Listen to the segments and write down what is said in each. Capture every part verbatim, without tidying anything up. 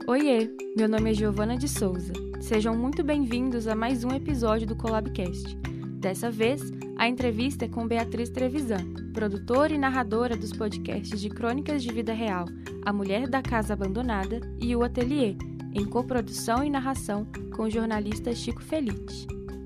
Oiê, meu nome é Giovana de Souza. Sejam muito bem-vindos a mais um episódio do Collabcast. Dessa vez, a entrevista é com Beatriz Trevisan, produtora e narradora dos podcasts de Crônicas de Vida Real, A Mulher da Casa Abandonada e O Ateliê, em coprodução e narração com o jornalista Chico Felitti.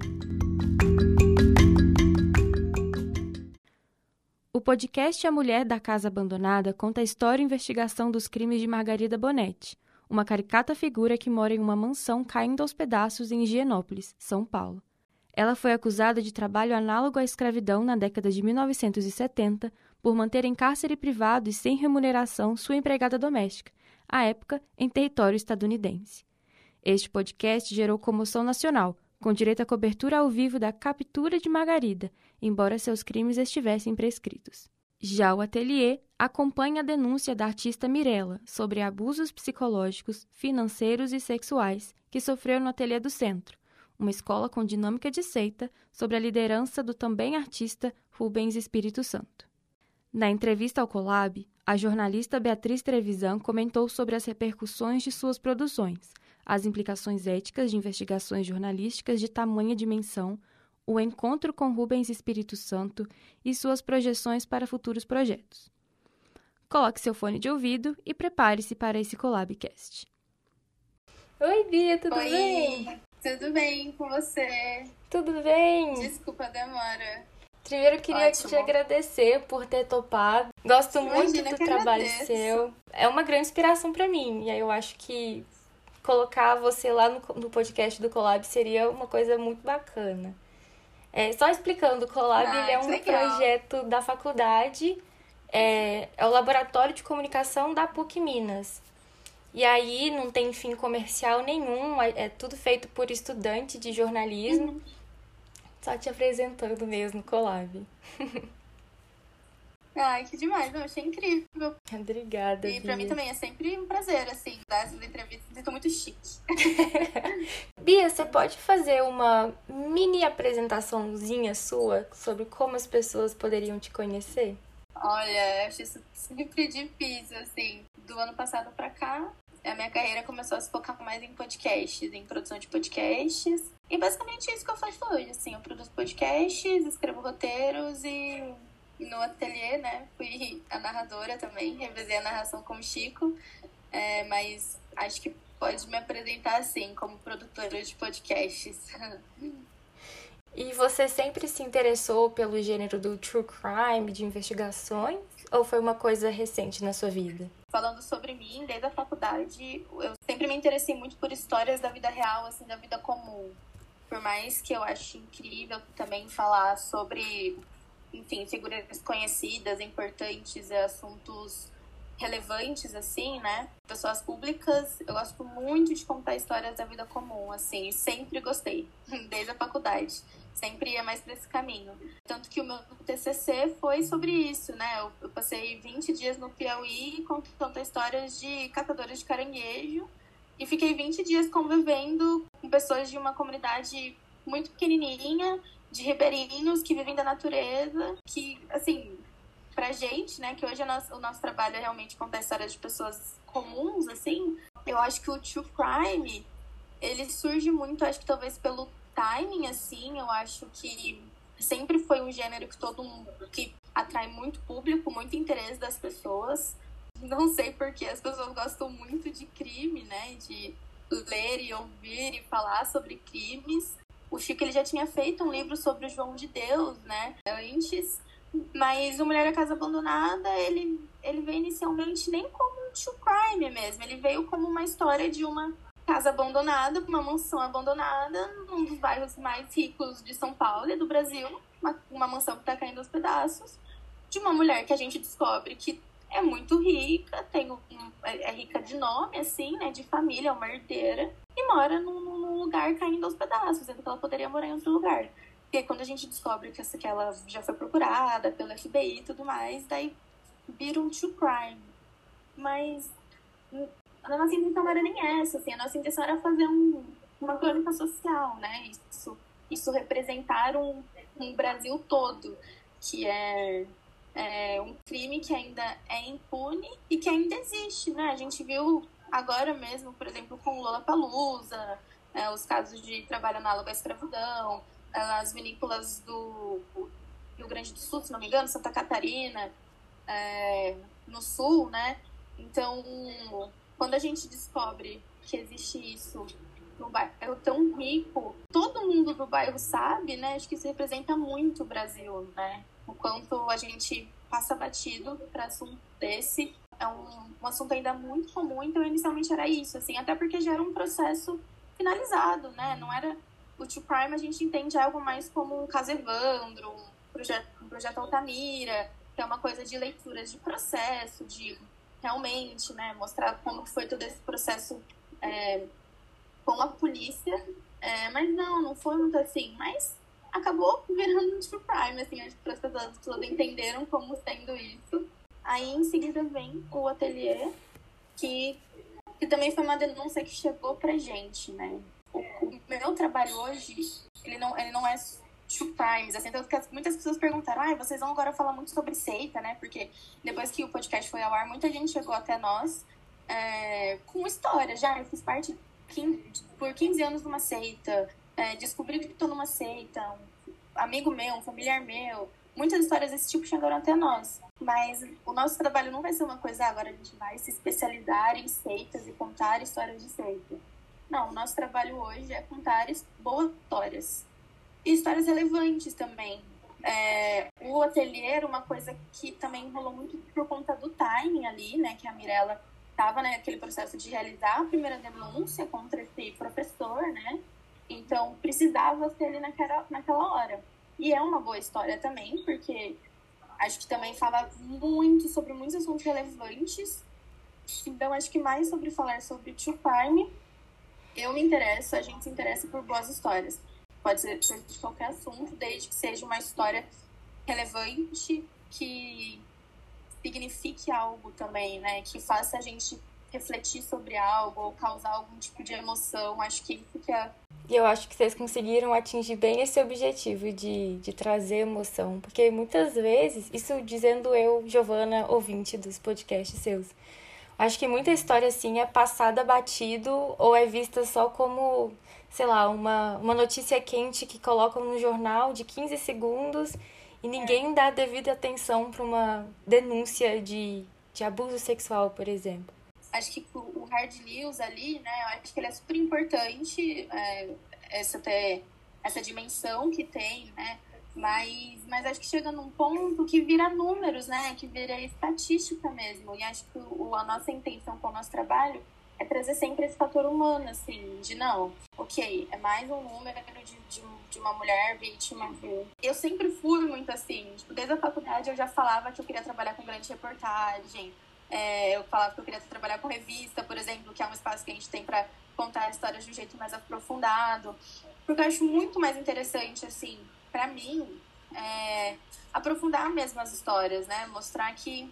O podcast A Mulher da Casa Abandonada conta a história e investigação dos crimes de Margarida Bonetti, uma caricata figura que mora em uma mansão caindo aos pedaços em Higienópolis, São Paulo. Ela foi acusada de trabalho análogo à escravidão na década de mil novecentos e setenta por manter em cárcere privado e sem remuneração sua empregada doméstica, à época em território estadunidense. Este podcast gerou comoção nacional, com direito à cobertura ao vivo da captura de Margarida, embora seus crimes estivessem prescritos. Já o Ateliê acompanha a denúncia da artista Mirella sobre abusos psicológicos, financeiros e sexuais que sofreu no Ateliê do Centro, uma escola com dinâmica de seita sob a liderança do também artista Rubens Espírito Santo. Na entrevista ao Collab, a jornalista Beatriz Trevisan comentou sobre as repercussões de suas produções, as implicações éticas de investigações jornalísticas de tamanha dimensão, o encontro com Rubens Espírito Santo e suas projeções para futuros projetos. Coloque seu fone de ouvido e prepare-se para esse Collabcast. Oi, Bia, tudo Oi, bem? Tudo bem com você? Tudo bem? Desculpa a demora. Primeiro, eu queria Ótimo. te agradecer por ter topado. Gosto muito Imagina do que trabalho agradeço. seu. É uma grande inspiração para mim. E aí eu acho que colocar você lá no, no podcast do Collab seria uma coisa muito bacana. É, só explicando, o Collab Ah, ele é que um legal. projeto da faculdade, é, é o Laboratório de Comunicação da PUC Minas. E aí não tem fim comercial nenhum, é, é tudo feito por estudante de jornalismo. Uhum. Só te apresentando mesmo, Collab. Ai, que demais. Eu achei incrível. Obrigada, E pra Bia. mim também é sempre um prazer, assim, dar essas entrevistas. Eu tô muito chique. Bia, você pode fazer uma mini apresentaçãozinha sua sobre como as pessoas poderiam te conhecer? Olha, eu acho isso sempre difícil, assim. Do ano passado pra cá, a minha carreira começou a se focar mais em podcasts, em produção de podcasts. E basicamente é isso que eu faço hoje, assim. Eu produzo podcasts, escrevo roteiros e no ateliê, né, fui a narradora também, revezei a narração com o Chico. É, mas acho que pode me apresentar assim, como produtora de podcasts. E você sempre se interessou pelo gênero do true crime, de investigações? Ou foi uma coisa recente na sua vida? Falando sobre mim, desde a faculdade, eu sempre me interessei muito por histórias da vida real, assim, da vida comum. Por mais que eu ache incrível também falar sobre, enfim, figuras conhecidas, importantes, assuntos relevantes, assim, né? Pessoas públicas, eu gosto muito de contar histórias da vida comum, assim, e sempre gostei, desde a faculdade. Sempre ia mais para esse caminho. Tanto que o meu T C C foi sobre isso, né? Eu, eu passei vinte dias no Piauí contando histórias de catadores de caranguejo e fiquei vinte dias convivendo com pessoas de uma comunidade muito pequenininha, de ribeirinhos que vivem da natureza, que, assim, pra gente, né, que hoje o nosso, o nosso trabalho é realmente contar histórias de pessoas comuns, assim, eu acho que o true crime, ele surge muito, acho que talvez pelo timing, assim, eu acho que sempre foi um gênero que todo mundo, que atrai muito público, muito interesse das pessoas. Não sei porque as pessoas gostam muito de crime, né, de ler e ouvir e falar sobre crimes. O Chico, ele já tinha feito um livro sobre o João de Deus, né, antes, mas o Mulher da Casa Abandonada, ele, ele veio inicialmente nem como um true crime mesmo, ele veio como uma história de uma casa abandonada, uma mansão abandonada, num dos bairros mais ricos de São Paulo e do Brasil, uma, uma mansão que está caindo aos pedaços, de uma mulher que a gente descobre que é muito rica, tem um, é, é rica de nome, assim, né, de família, é uma herdeira, e mora num, num lugar caindo aos pedaços, sendo que ela poderia morar em outro lugar. Porque quando a gente descobre que, essa, que ela já foi procurada pelo F B I e tudo mais, daí vira um true crime. Mas a nossa intenção não era nem essa, assim, a nossa intenção era fazer um, uma crônica social, né? Isso, isso representar um, um Brasil todo, que é, é um crime que ainda é impune e que ainda existe, né? A gente viu agora mesmo, por exemplo, com o Lollapalooza, é, os casos de trabalho análogo à escravidão, as vinícolas do Rio Grande do Sul, se não me engano, Santa Catarina, é, no Sul, né? Então, quando a gente descobre que existe isso num bairro tão rico, todo mundo do bairro sabe, né? Acho que isso representa muito o Brasil, né? O quanto a gente passa batido para assunto desse. É um, um assunto ainda muito comum, então inicialmente era isso, assim, até porque já era um processo finalizado, né? Não era... O True Crime a gente entende algo mais como um caso Evandro, um projeto, um projeto Altamira, que é uma coisa de leituras de processo, de realmente, né, mostrar como foi todo esse processo é, com a polícia, é, mas não, não foi muito assim, mas acabou virando um True Crime, assim, acho que as pessoas todas entenderam como sendo isso. Aí em seguida vem o Ateliê, que, que também foi uma denúncia que chegou pra gente, né. O, o meu trabalho hoje, ele não, ele não é true crimes, assim, tanto que muitas pessoas perguntaram, ah, vocês vão agora falar muito sobre seita, né, porque depois que o podcast foi ao ar, muita gente chegou até nós é, com história, já, eu fiz parte por quinze anos numa seita, é, descobri que estou numa seita, um amigo meu, um familiar meu, muitas histórias desse tipo chegaram até nós, mas o nosso trabalho não vai ser uma coisa, ah, agora a gente vai se especializar em seitas e contar histórias de seita. Não, o nosso trabalho hoje é contar boas histórias. E histórias relevantes também. É, o ateliê era uma coisa que também rolou muito por conta do timing ali, né? Que a Mirella estava naquele processo de realizar a primeira denúncia contra esse professor, né? Então, precisava ser ali naquela, naquela hora. E é uma boa história também, porque acho que também fala muito sobre muitos assuntos relevantes. Então, acho que mais sobre falar sobre True Crime, eu me interesso, a gente se interessa por boas histórias. Pode ser de qualquer assunto, desde que seja uma história relevante, que signifique algo também, né? Que faça a gente refletir sobre algo ou causar algum tipo de emoção. Acho que isso que é... E eu acho que vocês conseguiram atingir bem esse objetivo de, de trazer emoção. Porque muitas vezes, isso dizendo eu, Giovana, ouvinte dos podcasts seus, acho que muita história, assim, é passada batido ou é vista só como, sei lá, uma, uma notícia quente que colocam no jornal de quinze segundos e ninguém dá devida atenção para uma denúncia de, de abuso sexual, por exemplo. Acho que o hard news ali, né, eu acho que ele é super importante, é, essa, até, essa dimensão que tem, né, Mas, mas acho que chega num ponto que vira números, né? Que vira estatística mesmo. E acho que o, a nossa intenção com o nosso trabalho é trazer sempre esse fator humano, assim, de não, ok, é mais um número de, de, de uma mulher vítima. Eu sempre fui muito assim, tipo, desde a faculdade eu já falava que eu queria trabalhar com grande reportagem, é, eu falava que eu queria trabalhar com revista, por exemplo, que é um espaço que a gente tem para contar histórias de um jeito mais aprofundado, porque eu acho muito mais interessante, assim, para mim, é, aprofundar mesmo as histórias, né? Mostrar que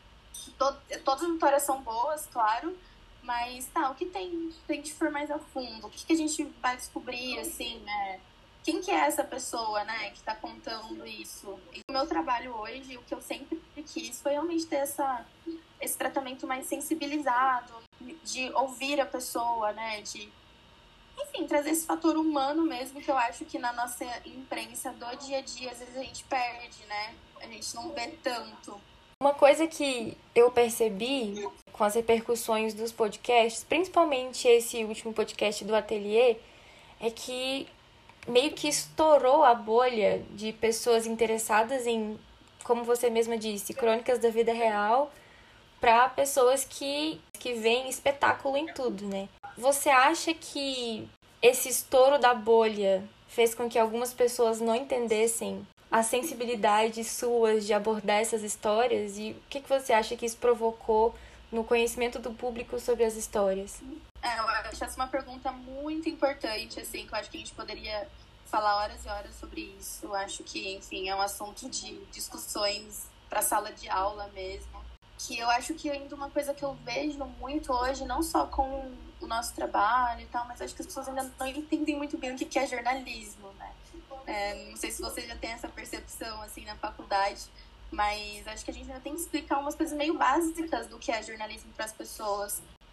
to- todas as histórias são boas, claro, mas tá, o que tem, tem de for mais a fundo? O que, que a gente vai descobrir, assim, né? Quem que é essa pessoa, né, que tá contando isso? E o meu trabalho hoje, o que eu sempre quis foi realmente ter essa, esse tratamento mais sensibilizado, de ouvir a pessoa, né, de... Enfim, trazer esse fator humano mesmo, que eu acho que na nossa imprensa do dia a dia, às vezes a gente perde, né? A gente não vê tanto. Uma coisa que eu percebi com as repercussões dos podcasts, principalmente esse último podcast do Ateliê, é que meio que estourou a bolha de pessoas interessadas em, como você mesma disse, crônicas da vida real, para pessoas que, que veem espetáculo em tudo, né? Você acha que esse estouro da bolha fez com que algumas pessoas não entendessem as sensibilidades suas de abordar essas histórias? E o que, que você acha que isso provocou no conhecimento do público sobre as histórias? É, eu acho essa uma pergunta muito importante, assim, que eu acho que a gente poderia falar horas e horas sobre isso. Eu acho que, enfim, é um assunto de discussões para sala de aula mesmo. Que eu acho que ainda uma coisa que eu vejo muito hoje, não só com o nosso trabalho e tal, mas acho que as pessoas ainda não entendem muito bem o que é jornalismo, né? É, não sei se você já tem essa percepção, assim, na faculdade, mas acho que a gente ainda tem que explicar umas coisas meio básicas do que é jornalismo para as pessoas.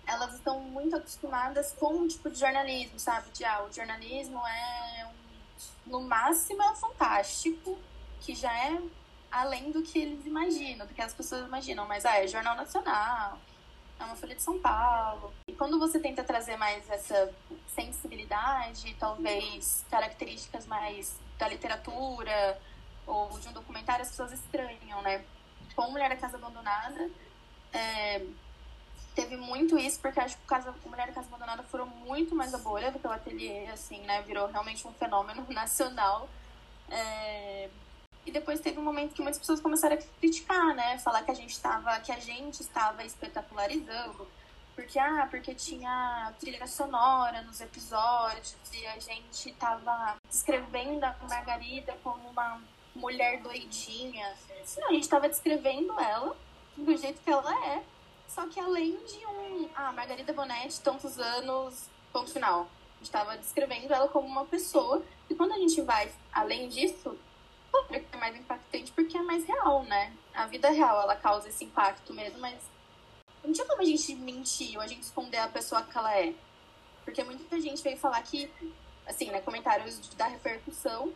elas estão muito acostumadas com um tipo de jornalismo, sabe? De, ah, o jornalismo é, um, no máximo, é fantástico, que já é além do que eles imaginam, do que as pessoas imaginam. Mas, ah, é Jornal Nacional, é uma Folha de São Paulo. E quando você tenta trazer mais essa sensibilidade, talvez características mais da literatura ou de um documentário, as pessoas estranham, né? Com Mulher da Casa Abandonada, é, teve muito isso, porque acho que o, Casa, o Mulher da Casa Abandonada furou muito mais a bolha do que o Ateliê, assim, né? Virou realmente um fenômeno nacional. É, e depois teve um momento que muitas pessoas começaram a criticar, né? Falar que a gente estava, que a gente estava espetacularizando, porque, ah, porque tinha trilha sonora nos episódios e a gente estava descrevendo a Margarida como uma mulher doidinha. Não, a gente estava descrevendo ela do jeito que ela é, só que além de um... Ah, Margarida Bonetti, tantos anos, ponto final. A gente estava descrevendo ela como uma pessoa, e quando a gente vai além disso, é mais impactante porque é mais real, né? A vida real, ela causa esse impacto mesmo, mas não tinha como a gente mentir ou a gente esconder a pessoa que ela é. Porque muita gente veio falar que, assim, né, comentários da repercussão,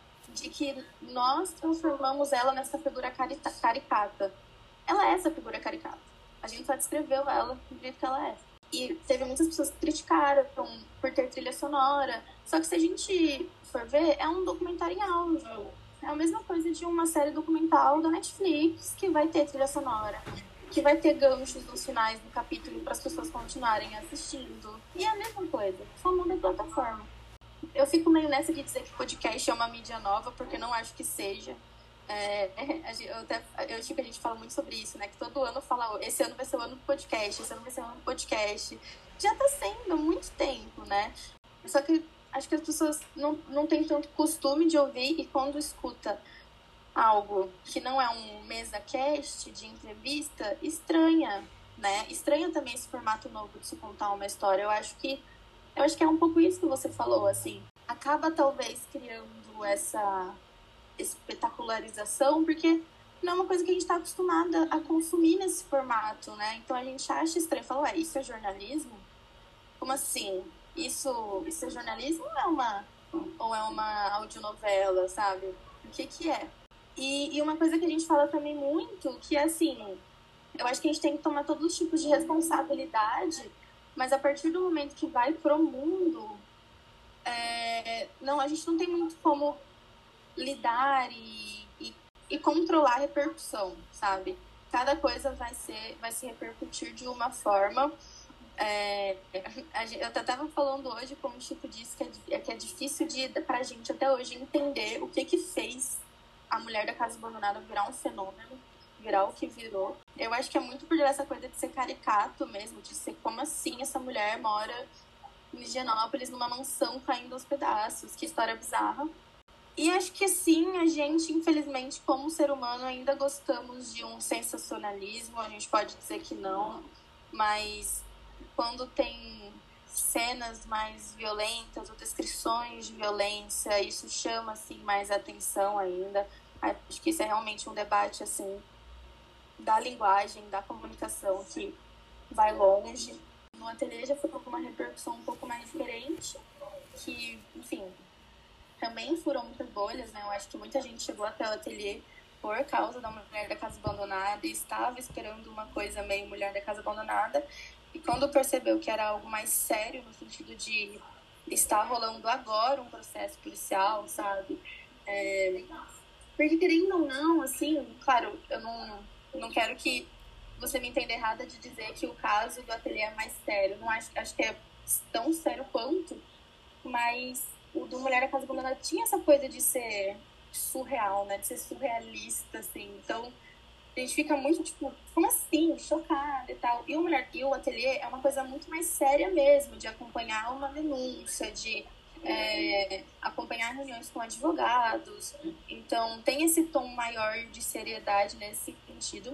de que nós transformamos ela nessa figura carita- caricata. Ela é essa figura caricata. A gente só descreveu ela do jeito que ela é. E teve muitas pessoas que criticaram por ter trilha sonora. Só que se a gente for ver, é um documentário em áudio. É a mesma coisa de uma série documental da Netflix que vai ter trilha sonora, que vai ter ganchos nos finais do capítulo para as pessoas continuarem assistindo. E é a mesma coisa, só muda a plataforma. Eu fico meio nessa de dizer que podcast é uma mídia nova, porque não acho que seja. É, eu até, eu, tipo, a gente fala muito sobre isso, né? Que todo ano fala, esse ano vai ser o ano do podcast, esse ano vai ser o ano do podcast. Já tá sendo há muito tempo, né? Só que acho que as pessoas não, não têm tanto costume de ouvir, e quando escuta algo que não é um mesa cast de entrevista, estranha, né? Estranha também esse formato novo de se contar uma história. Eu acho que eu acho que é um pouco isso que você falou, assim. Acaba talvez criando essa espetacularização, porque não é uma coisa que a gente está acostumada a consumir nesse formato, né? Então a gente acha estranho, fala, ué, isso é jornalismo? Como assim? Isso, isso é jornalismo ou é uma, ou é uma audionovela, sabe? O que que é? E, e uma coisa que a gente fala também muito, que é assim, eu acho que a gente tem que tomar todos os tipos de responsabilidade, mas a partir do momento que vai pro mundo, é, não, a gente não tem muito como lidar e, e, e controlar a repercussão, sabe? Cada coisa vai ser, vai se repercutir de uma forma. É, eu até estava falando hoje, como o Chico disse, que é, que é difícil de, pra gente até hoje entender o que que fez a Mulher da Casa Abandonada virar um fenômeno, virar o que virou. Eu acho que é muito por essa coisa de ser caricato mesmo, de ser como assim essa mulher mora em Higienópolis numa mansão caindo aos pedaços, que história bizarra. E acho que sim, a gente, infelizmente, como ser humano, ainda gostamos de um sensacionalismo, a gente pode dizer que não, mas quando tem cenas mais violentas ou descrições de violência, isso chama assim, mais atenção ainda. Acho que isso é realmente um debate assim, da linguagem, da comunicação, que vai longe. No Ateliê já foi com uma repercussão um pouco mais diferente, que, enfim, também furou muitas bolhas, né? Eu acho que muita gente chegou até o Ateliê por causa da Mulher da Casa Abandonada e estava esperando uma coisa meio Mulher da Casa Abandonada. E quando percebeu que era algo mais sério, no sentido de estar rolando agora um processo policial, sabe? É... Porque, querendo ou não, assim, claro, eu não, não quero que você me entenda errada de dizer que o caso do Ateliê é mais sério. Não acho, acho que é tão sério quanto, mas o do Mulher da Casa Abandonada tinha essa coisa de ser surreal, né? De ser surrealista, assim. Então, a gente fica muito, tipo, como assim? Chocada e tal. E o, Mulher, e o Ateliê é uma coisa muito mais séria mesmo, de acompanhar uma denúncia, de é, acompanhar reuniões com advogados. Então, tem esse tom maior de seriedade nesse sentido.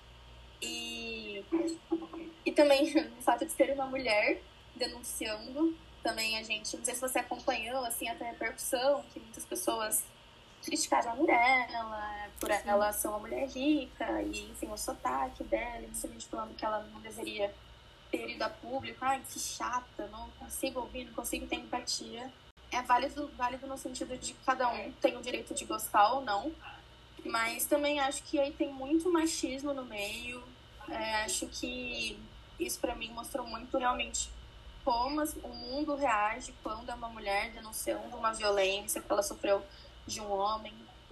E, e também o fato de ser uma mulher denunciando, também a gente, não sei se você acompanhou, assim, até a repercussão, que muitas pessoas criticaram a mulher, ela, por Sim. ela ser uma mulher rica, e, enfim, o sotaque dela, muita gente falando que ela não deveria ter ido a público, ai, que chata, não consigo ouvir, não consigo ter empatia. É válido, válido no sentido de que cada um tem o direito de gostar ou não, mas também acho que aí tem muito machismo no meio. É, acho que isso pra mim mostrou muito realmente como o mundo reage quando é uma mulher denunciando uma violência que ela sofreu de um homem.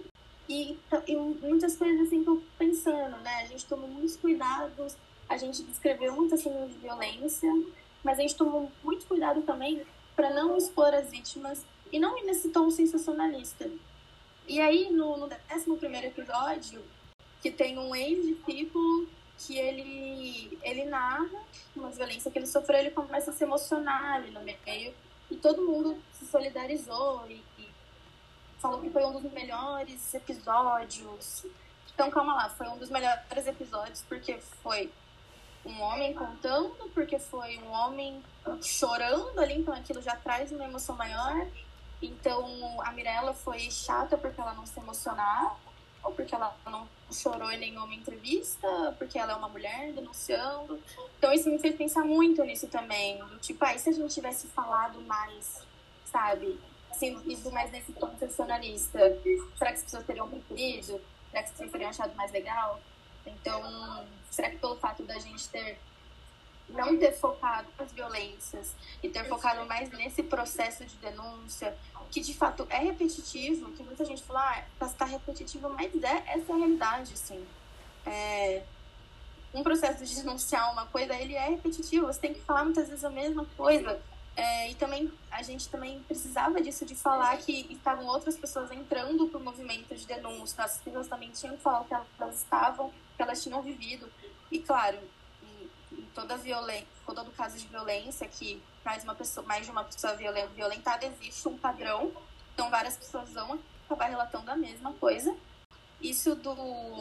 E, e muitas coisas assim que eu pensando, né? A gente tomou muitos cuidados, a gente descreveu muitas cenas de violência, mas a gente tomou muito cuidado também para não expor as vítimas e não ir nesse tom sensacionalista. E aí, no, no décimo primeiro episódio, que tem um ex-discípulo que ele, ele narra uma violência que ele sofreu, ele começa a se emocionar ali no meio, e todo mundo se solidarizou e, e falou que foi um dos melhores episódios. Então, calma lá, foi um dos melhores episódios porque foi um homem contando, porque foi um homem chorando ali, então aquilo já traz uma emoção maior. Então, a Mirella foi chata porque ela não se emocionava, ou porque ela não chorou em nenhuma entrevista, porque ela é uma mulher denunciando. Então, isso me fez pensar muito nisso também. Do tipo, ah, e se a gente tivesse falado mais, sabe? Assim, ido mais nesse tom sensacionalista, será que as pessoas teriam preferido? Será que as pessoas teriam achado mais legal? Então, será que pelo fato da gente ter não ter focado nas violências e ter focado mais nesse processo de denúncia, que de fato é repetitivo, que muita gente fala, ah, está repetitivo, mas é, essa é a realidade, assim. É, um processo de denunciar uma coisa, ele é repetitivo, você tem que falar muitas vezes a mesma coisa. É, e também, a gente também precisava disso, de falar que estavam outras pessoas entrando pro movimento de denúncia, as pessoas também tinham que falar o que elas estavam, que elas tinham vivido. E claro, em toda violência, todo caso de violência que mais, uma pessoa, mais de uma pessoa violentada, existe um padrão, então várias pessoas vão acabar relatando a mesma coisa. Isso do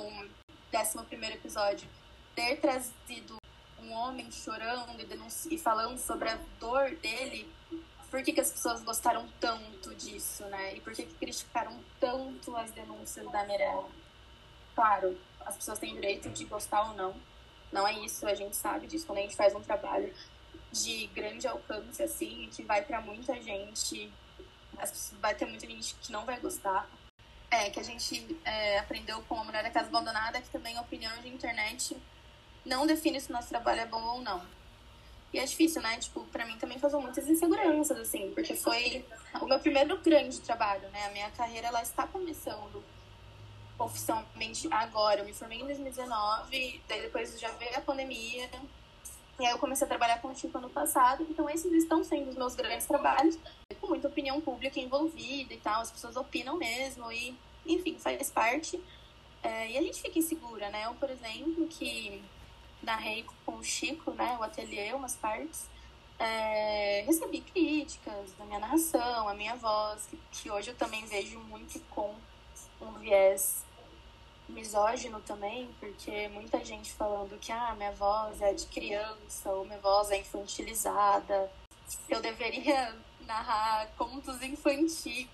décimo primeiro episódio, ter trazido um homem chorando e, denunci- e falando sobre a dor dele, por que, que as pessoas gostaram tanto disso, né? E por que, que criticaram tanto as denúncias da Mirella? Claro, as pessoas têm direito de gostar ou não, não é isso, a gente sabe disso, quando a gente faz um trabalho de grande alcance, assim, que vai pra muita gente, as pessoas, vai ter muita gente que não vai gostar. É, que a gente é, aprendeu com a Mulher da Casa Abandonada, que também a opinião de internet não define se o nosso trabalho é bom ou não. E é difícil, né? Tipo, pra mim também causou muitas inseguranças, assim, porque foi o meu primeiro grande trabalho, né? A minha carreira, ela está começando oficialmente agora. Eu me formei em dois mil e dezenove, daí depois já veio a pandemia, e aí eu comecei a trabalhar com o Chico ano passado, então esses estão sendo os meus grandes trabalhos, com muita opinião pública envolvida e tal, as pessoas opinam mesmo, e enfim, faz parte. É, e a gente fica insegura, né? Eu, por exemplo, que narrei com o Chico, né, o ateliê, umas partes, é, recebi críticas da minha narração, a minha voz, que, que hoje eu também vejo muito com um viés misógino também, porque muita gente falando que ah, minha voz é de criança, ou minha voz é infantilizada, eu deveria narrar contos infantis,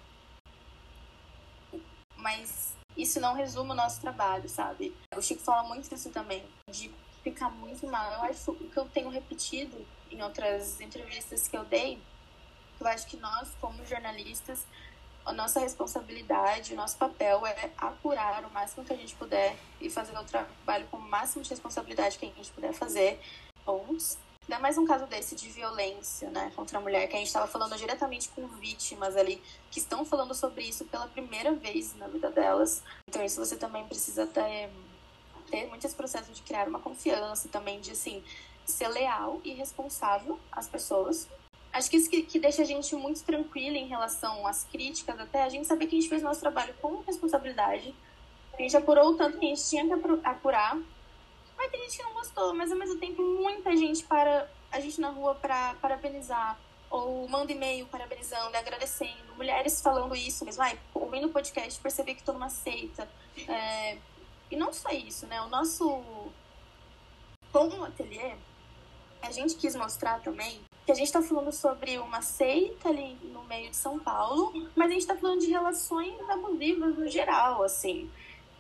mas isso não resume o nosso trabalho, sabe? O Chico fala muito disso também, de ficar muito mal. Eu acho que o que eu tenho repetido em outras entrevistas que eu dei, eu acho que nós, como jornalistas, a nossa responsabilidade, o nosso papel é apurar o máximo que a gente puder e fazer o trabalho com o máximo de responsabilidade que a gente puder fazer. Pontos. Ainda mais um caso desse de violência, né, contra a mulher, que a gente estava falando diretamente com vítimas ali, que estão falando sobre isso pela primeira vez na vida delas. Então isso você também precisa ter, ter muitos processos de criar uma confiança também, de assim, ser leal e responsável às pessoas. Acho que isso que, que deixa a gente muito tranquila em relação às críticas, até a gente saber que a gente fez nosso trabalho com responsabilidade. A gente apurou o tanto que a gente tinha que apurar. Mas tem gente que não gostou, mas ao mesmo tempo muita gente para a gente na rua para parabenizar, ou manda e-mail parabenizando, agradecendo, mulheres falando isso mesmo, ai, ouvindo o podcast, perceber que tô numa seita. É... E não só isso, né? O nosso... Como um ateliê, a gente quis mostrar também que a gente tá falando sobre uma seita ali no meio de São Paulo, mas a gente tá falando de relações abusivas no geral, assim.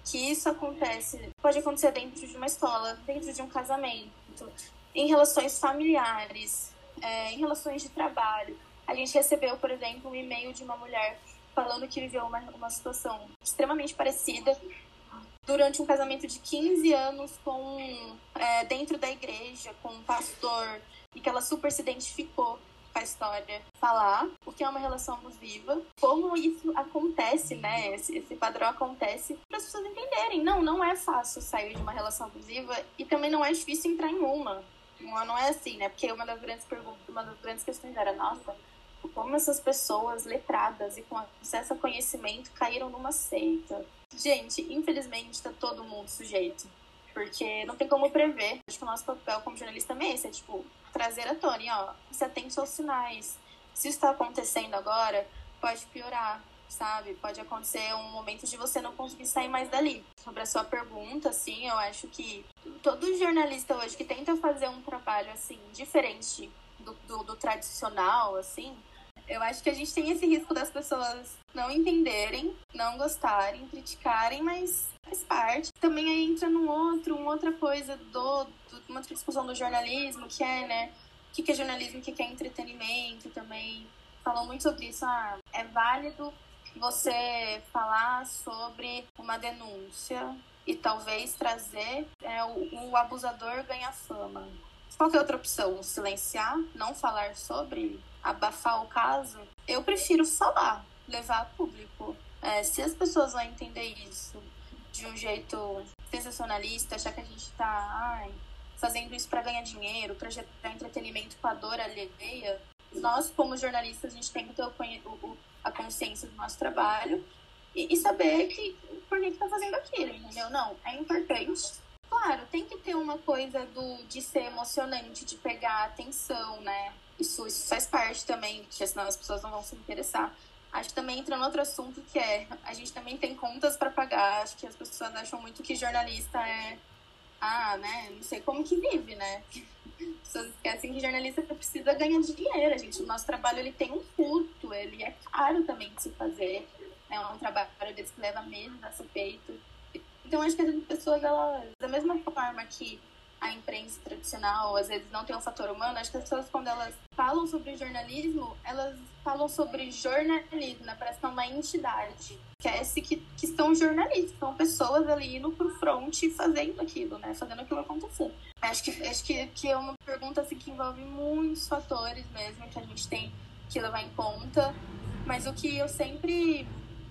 que isso acontece, pode acontecer dentro de uma escola, dentro de um casamento, em relações familiares, é, em relações de trabalho. A gente recebeu, por exemplo, um e-mail de uma mulher falando que viveu uma, uma situação extremamente parecida durante um casamento de quinze anos com, é, dentro da igreja, com um pastor, e que ela super se identificou com a história. Falar o que é uma relação abusiva, como isso acontece, né? Esse, esse padrão acontece, para as pessoas entenderem. Não, não é fácil sair de uma relação abusiva e também não é difícil entrar em uma. Não, não é assim, né? Porque uma das grandes perguntas, uma das grandes questões era, nossa, como essas pessoas letradas e com acesso a conhecimento caíram numa seita. Gente, infelizmente tá todo mundo sujeito, porque não tem como prever. Acho que o nosso papel como jornalista também é esse, é tipo, trazer à tona, e, ó, se atente aos sinais. Se isso tá acontecendo agora, pode piorar, sabe? Pode acontecer um momento de você não conseguir sair mais dali. Sobre a sua pergunta, assim, eu acho que todo jornalista hoje que tenta fazer um trabalho, assim, diferente do, do, do tradicional, assim, eu acho que a gente tem esse risco das pessoas não entenderem, não gostarem, criticarem, mas faz parte. Também aí entra num outro, uma outra coisa, do, do, uma outra discussão do jornalismo, que é, né, o que, que é jornalismo, o que, que é entretenimento também. Falou muito sobre isso. Ah, é válido você falar sobre uma denúncia e talvez trazer é, o, o abusador ganhar fama. Qual que é a outra opção? Silenciar? Não falar sobre? Abafar o caso? Eu prefiro falar, levar a público. É, se as pessoas vão entender isso de um jeito sensacionalista, achar que a gente tá ai, fazendo isso para ganhar dinheiro, para gerar entretenimento com a dor alheia, nós, como jornalistas, a gente tem que ter o, o, a consciência do nosso trabalho e, e saber que, por que que tá fazendo aquilo, entendeu? Não, é importante. Claro, tem que ter uma coisa do, de ser emocionante, de pegar atenção, né? Isso, isso faz parte também, porque senão as pessoas não vão se interessar. Acho que também entra no outro assunto que é, a gente também tem contas para pagar. Acho que as pessoas acham muito que jornalista é, ah, né, não sei como que vive, né? As pessoas esquecem que jornalista precisa ganhar dinheiro, gente. O nosso trabalho, ele tem um custo, ele é caro também de se fazer. É um trabalho desse que leva meses a ser feito. Então, acho que as pessoas, elas, da mesma forma que a imprensa tradicional, às vezes, não tem um fator humano, acho que as pessoas, quando elas falam sobre jornalismo, elas falam sobre jornalismo, né? Parece que é uma entidade. Esquece que, que são jornalistas, são pessoas ali indo pro front e fazendo aquilo, né? Fazendo aquilo acontecer. Acho que, acho que, que é uma pergunta assim, que envolve muitos fatores mesmo, que a gente tem que levar em conta. Mas o que eu sempre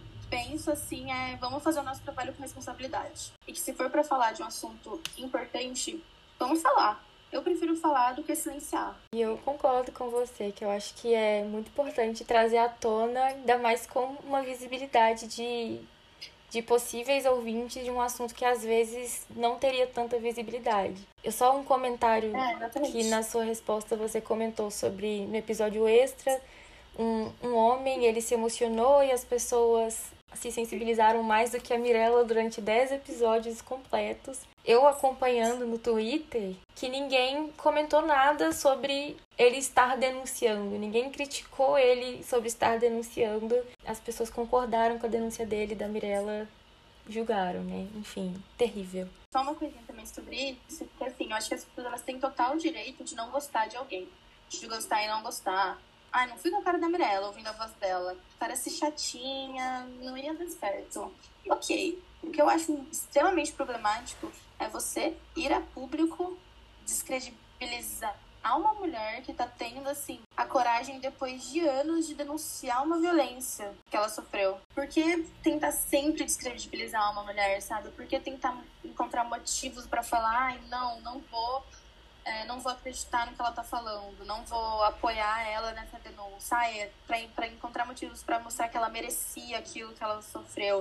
penso assim é, vamos fazer o nosso trabalho com responsabilidade. E que se for para falar de um assunto importante, vamos falar. Eu prefiro falar do que silenciar. E eu concordo com você, que eu acho que é muito importante trazer à tona, ainda mais com uma visibilidade de, de possíveis ouvintes de um assunto que às vezes não teria tanta visibilidade. Eu só um comentário é, que na sua resposta você comentou sobre, no episódio extra, um, um homem, ele se emocionou e as pessoas se sensibilizaram mais do que a Mirella durante dez episódios completos. Eu acompanhando no Twitter que ninguém comentou nada sobre ele estar denunciando. Ninguém criticou ele sobre estar denunciando. As pessoas concordaram com a denúncia dele, da Mirella, julgaram, né? Enfim, terrível. Só uma coisinha também sobre isso, que assim, eu acho que as pessoas, elas têm total direito de não gostar de alguém. De gostar e não gostar. Ai, não fui com a cara da Mirella, ouvindo a voz dela. Parece chatinha, não ia dar certo. Ok. O que eu acho extremamente problemático é você ir a público descredibilizar uma mulher que tá tendo, assim, a coragem depois de anos de denunciar uma violência que ela sofreu. Por que tentar sempre descredibilizar uma mulher, sabe? Por que tentar encontrar motivos pra falar, ai, não, não vou... É, não vou acreditar no que ela tá falando, não vou apoiar ela nessa denúncia, é pra, pra encontrar motivos pra mostrar que ela merecia aquilo que ela sofreu.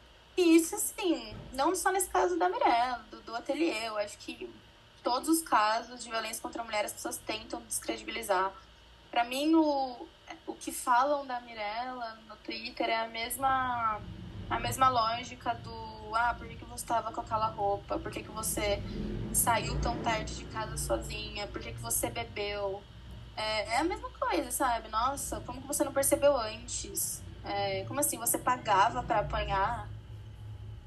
E isso, assim, não só nesse caso da Mirella, do, do ateliê, eu acho que todos os casos de violência contra a mulher as pessoas tentam descredibilizar. Pra mim, o, o que falam da Mirella no Twitter é a mesma, a mesma lógica do ah, por que, que você estava com aquela roupa? Por que, que você saiu tão tarde de casa sozinha? Por que, que você bebeu? É, é a mesma coisa, sabe? Nossa, como que você não percebeu antes? É, como assim, você pagava pra apanhar?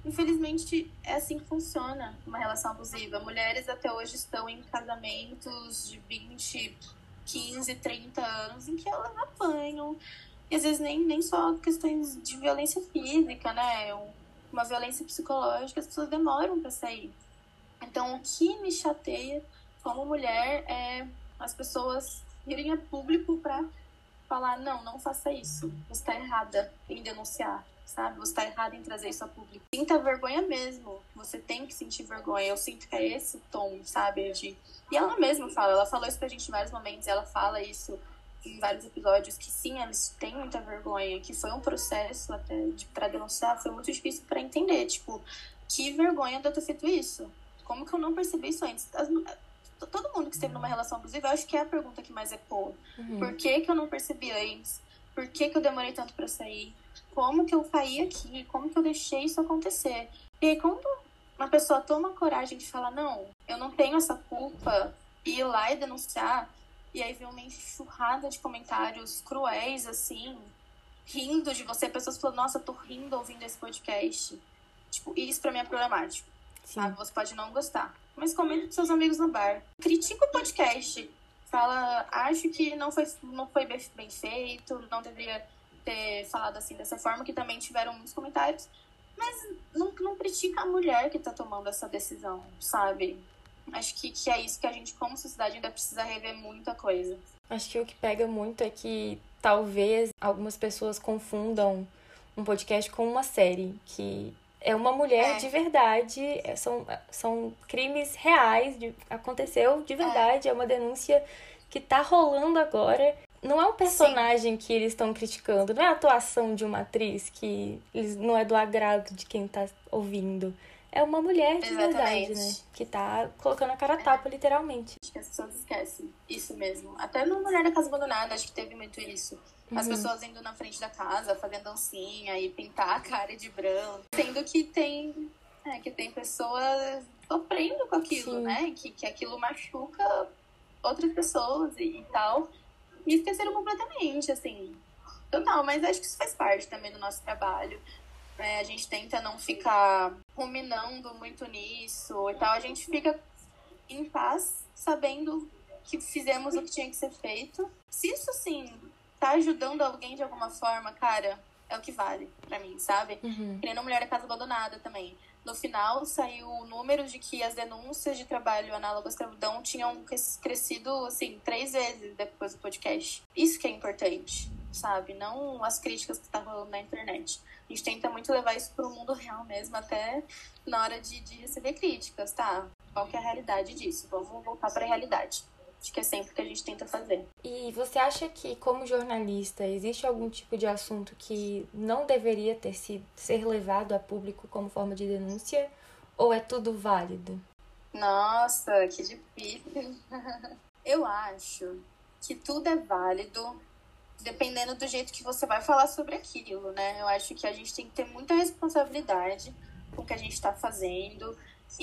infelizmente, é assim que funciona uma relação abusiva. Mulheres até hoje estão em casamentos de vinte, quinze, trinta anos em que elas apanham. E às vezes nem, nem só questões de violência física, né? Uma violência psicológica, as pessoas demoram para sair. Então, o que me chateia como mulher é as pessoas irem a público para falar, não, não faça isso. Você está errada em denunciar, sabe? Você está errada em trazer isso a público. Sinta vergonha mesmo. Você tem que sentir vergonha. Eu sinto que é esse o tom, sabe? De... E ela mesma fala, ela falou isso pra gente em vários momentos, ela fala isso em vários episódios, que sim, eles têm muita vergonha, que foi um processo até de, pra denunciar, foi muito difícil pra entender, tipo, que vergonha de eu ter feito isso. Como que eu não percebi isso antes? As, todo mundo que esteve numa relação abusiva, eu acho que é a pergunta que mais ecoa. Uhum. Por que que eu não percebi antes? Por que que eu demorei tanto pra sair? Como que eu caí aqui? Como que eu deixei isso acontecer? E aí, quando uma pessoa toma coragem de falar, não, eu não tenho essa culpa, e ir lá e denunciar, e aí vem uma enxurrada de comentários cruéis, assim, rindo de você, pessoas falando, nossa, eu tô rindo ouvindo esse podcast. Tipo, isso pra mim é problemático. Sabe? Você pode não gostar, mas comenta com seus amigos no bar. Critica o podcast. Fala, acho que não foi, não foi bem feito, não deveria ter falado assim dessa forma, que também tiveram muitos comentários. Mas não, não critica a mulher que tá tomando essa decisão, sabe? Acho que, que é isso que a gente, como sociedade, ainda precisa rever muita coisa. Acho que o que pega muito é que talvez algumas pessoas confundam um podcast com uma série, que é uma mulher é. de verdade, são, são crimes reais, de, aconteceu de verdade, é. é uma denúncia que tá rolando agora. Não é um personagem Sim. que eles estão criticando, não é a atuação de uma atriz que não é do agrado de quem tá ouvindo. É uma mulher de Exatamente. verdade, né? Que tá colocando a cara a tapa, é. literalmente. Acho que as pessoas esquecem isso mesmo. Até no Mulher da Casa Abandonada, acho que teve muito isso. As uhum. pessoas indo na frente da casa, fazendo dancinha e pintar a cara de branco. Sendo que tem, é, que tem pessoas sofrendo com aquilo, Sim. né? Que, que aquilo machuca outras pessoas e, e tal. E esqueceram completamente, assim. Total, mas acho que isso faz parte também do nosso trabalho. É, a gente tenta não ficar ruminando muito nisso e tal. A gente fica em paz, sabendo que fizemos o que tinha que ser feito. Se isso, assim, tá ajudando alguém de alguma forma, cara, é o que vale pra mim, sabe? Uhum. Que nem no Mulher da Casa Abandonada também. No final, saiu o número de que as denúncias de trabalho análogo à escravidão tinham crescido, assim, três vezes depois do podcast. Isso que é importante, sabe? Não as críticas que tá rolando na internet. A gente tenta muito levar isso pro mundo real mesmo, até na hora de, de receber críticas, tá? Qual que é a realidade disso? Vamos voltar pra realidade. Acho que é sempre o que a gente tenta fazer. E você acha que, como jornalista, existe algum tipo de assunto que não deveria ter sido, ser levado a público como forma de denúncia? Ou é tudo válido? Nossa, que difícil. Eu acho que tudo é válido, dependendo do jeito que você vai falar sobre aquilo, né? Eu acho que a gente tem que ter muita responsabilidade com o que a gente está fazendo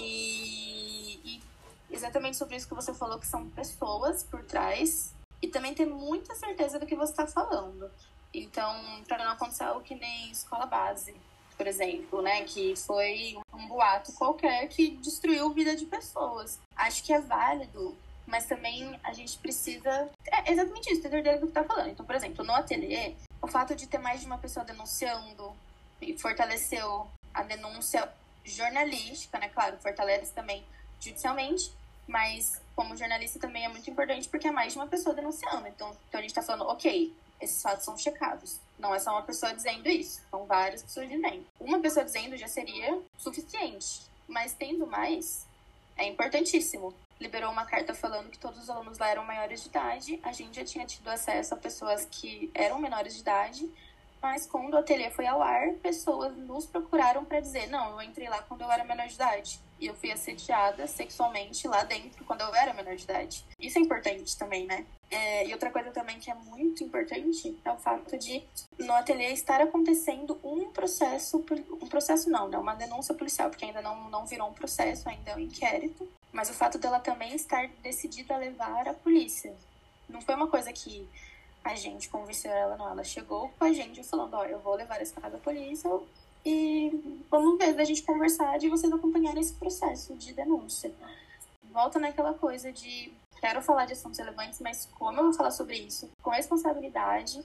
e, e exatamente sobre isso que você falou, que são pessoas por trás, e também ter muita certeza do que você está falando. Então, para não acontecer algo que nem escola base, por exemplo, né? Que foi um boato qualquer que destruiu a vida de pessoas. Acho que é válido, mas também a gente precisa... É exatamente isso, ter certeza do que tá falando. Então, por exemplo, no ateliê, o fato de ter mais de uma pessoa denunciando e fortaleceu a denúncia jornalística, né? Claro, fortalece também judicialmente, mas como jornalista também é muito importante porque é mais de uma pessoa denunciando. Então, então a gente tá falando, ok, esses fatos são checados. Não é só uma pessoa dizendo isso, são várias pessoas dizendo. Uma pessoa dizendo já seria suficiente, mas tendo mais é importantíssimo. Liberou uma carta falando que todos os alunos lá eram maiores de idade. A gente já tinha tido acesso a pessoas que eram menores de idade, mas quando o ateliê foi ao ar, pessoas nos procuraram para dizer, não, eu entrei lá quando eu era menor de idade. E eu fui assediada sexualmente lá dentro quando eu era menor de idade. Isso é importante também, né? É, e outra coisa também que é muito importante é o fato de no ateliê estar acontecendo um processo, um processo não, né? Uma denúncia policial, porque ainda não, não virou um processo, ainda é um inquérito. Mas o fato dela também estar decidida a levar a polícia. Não foi uma coisa que a gente convenceu ela, não. Ela chegou com a gente falando, ó, eu vou levar esse caso à polícia, E vamos ver, da gente conversar, de vocês acompanharem esse processo de denúncia. Volta naquela coisa de quero falar de assuntos relevantes, mas como eu vou falar sobre isso? Com responsabilidade,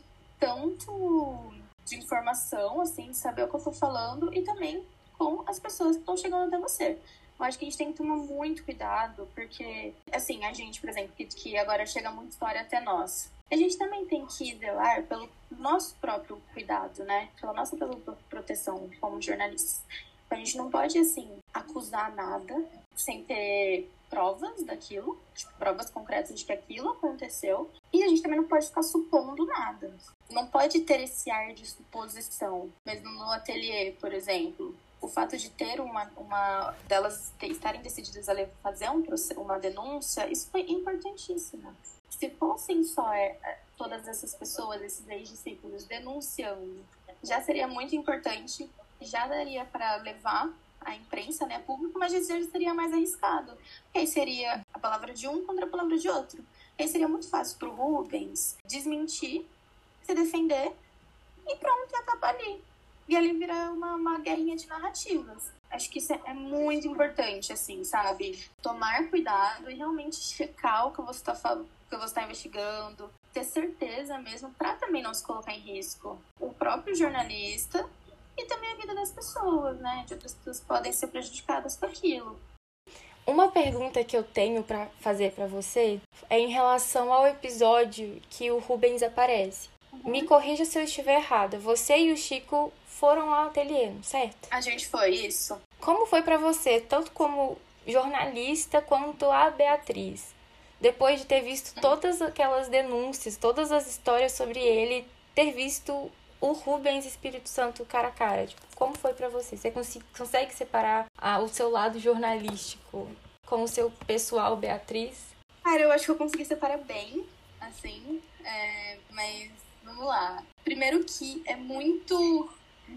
tanto de informação, assim, de saber o que eu tô falando, e também com as pessoas que estão chegando até você. Eu acho que a gente tem que tomar muito cuidado, porque, assim, a gente, por exemplo, que, que agora chega muita história até nós, a gente também tem que zelar pelo nosso próprio cuidado, né? Pela nossa proteção como jornalistas. A gente não pode, assim, acusar nada sem ter provas daquilo, tipo, provas concretas de que aquilo aconteceu. E a gente também não pode ficar supondo nada. Não pode ter esse ar de suposição. Mesmo no ateliê, por exemplo, o fato de ter uma, uma delas estarem decididas a fazer um, uma denúncia, isso foi importantíssimo. Se fossem só é, todas essas pessoas, esses ex-discípulos denunciando, já seria muito importante, já daria para levar a imprensa, né, público, mas já seria mais arriscado. Porque aí seria a palavra de um contra a palavra de outro. Aí seria muito fácil para o Rubens desmentir, se defender e pronto, e acabar ali. E ali virar uma, uma guerrinha de narrativas. Acho que isso é muito importante, assim, sabe? Tomar cuidado e realmente checar o que você está falando, o que você está investigando, ter certeza mesmo, para também não se colocar em risco o próprio jornalista e também a vida das pessoas, né? De outras pessoas podem ser prejudicadas com aquilo. Uma pergunta que eu tenho para fazer para você é em relação ao episódio que o Rubens aparece. Uhum. Me corrija se eu estiver errada. Você e o Chico foram ao ateliê, certo? A gente foi, isso. Como foi para você, tanto como jornalista quanto a Beatriz, depois de ter visto uhum. todas aquelas denúncias, todas as histórias sobre ele, ter visto o Rubens Espírito Santo cara a cara? Tipo, como foi pra você? Você cons- consegue separar ah, o seu lado jornalístico com o seu pessoal, Beatriz? Cara, eu acho que eu consegui separar bem, assim, é, mas vamos lá. Primeiro que é muito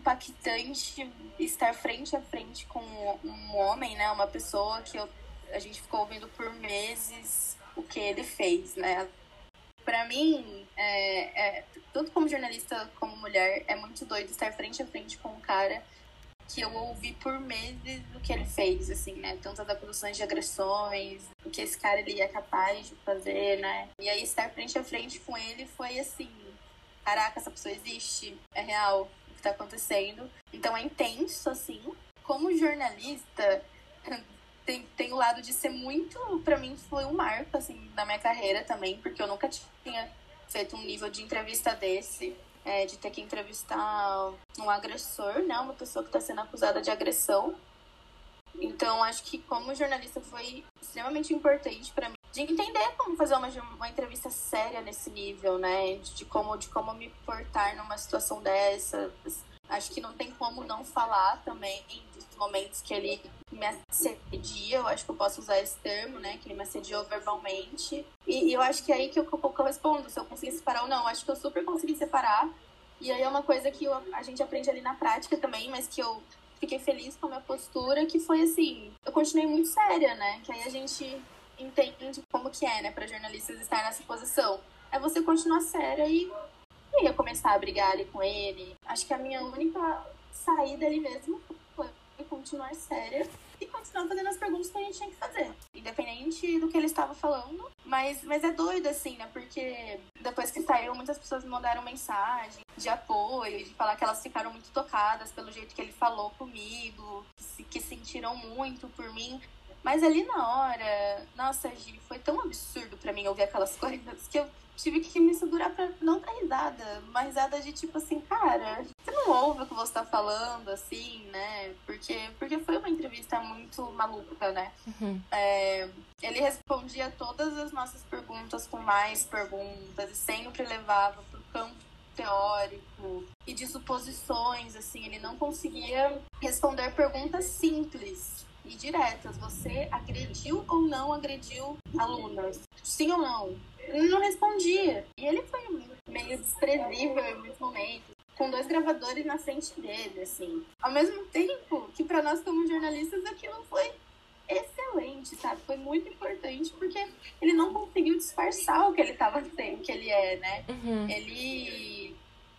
impactante estar frente a frente com um homem, né? Uma pessoa que eu, a gente ficou ouvindo por meses o que ele fez, né? Pra mim, é, é, tanto como jornalista como mulher, é muito doido estar frente a frente com um cara que eu ouvi por meses o que ele fez, assim, né? Tantas acusações de agressões, o que esse cara ele é capaz de fazer, né? E aí estar frente a frente com ele foi assim, caraca, essa pessoa existe, é real o que tá acontecendo. Então é intenso, assim. Como jornalista, Tem, tem o lado de ser muito, pra mim foi um marco, assim, na minha carreira também, porque eu nunca tinha feito um nível de entrevista desse, é, de ter que entrevistar um agressor, né, uma pessoa que tá sendo acusada de agressão. Então, acho que como jornalista foi extremamente importante pra mim, de entender como fazer uma, uma entrevista séria nesse nível, né, de, de, como, de como me portar numa situação dessas. Acho que não tem como não falar também dos momentos que ele me assedia, eu acho que eu posso usar esse termo, né, que ele me assediou verbalmente. E, e eu acho que é aí que eu, que eu respondo, se eu consegui separar ou não. Eu acho que eu super consegui separar. E aí é uma coisa que eu, a gente aprende ali na prática também, mas que eu fiquei feliz com a minha postura, que foi assim, eu continuei muito séria, né, que aí a gente entende como que é, né, para jornalistas estar nessa posição. É você continuar séria e eu ia começar a brigar ali com ele. Acho que a minha única saída ali mesmo foi continuar séria e continuar fazendo as perguntas que a gente tinha que fazer, independente do que ele estava falando. Mas, mas é doido, assim, né? Porque depois que saiu, muitas pessoas me mandaram mensagem de apoio, de falar que elas ficaram muito tocadas pelo jeito que ele falou comigo, que, que sentiram muito por mim. Mas ali na hora, nossa, Gi, foi tão absurdo pra mim ouvir aquelas coisas que eu tive que me segurar pra não dar risada. Uma risada de tipo assim, cara, você não ouve o que você tá falando, assim, né? Porque, porque foi uma entrevista muito maluca, né? Uhum. É, ele respondia todas as nossas perguntas com mais perguntas e sempre levava pro campo teórico e de suposições, assim, ele não conseguia responder perguntas simples e diretas. Você agrediu ou não agrediu alunas? Sim ou não? Ele não respondia. E ele foi meio desprezível em muitos momentos, com dois gravadores na frente dele, assim. Ao mesmo tempo que para nós como jornalistas aquilo foi excelente, sabe? Foi muito importante porque ele não conseguiu disfarçar o que ele estava sendo, o que ele é, né? Uhum. Ele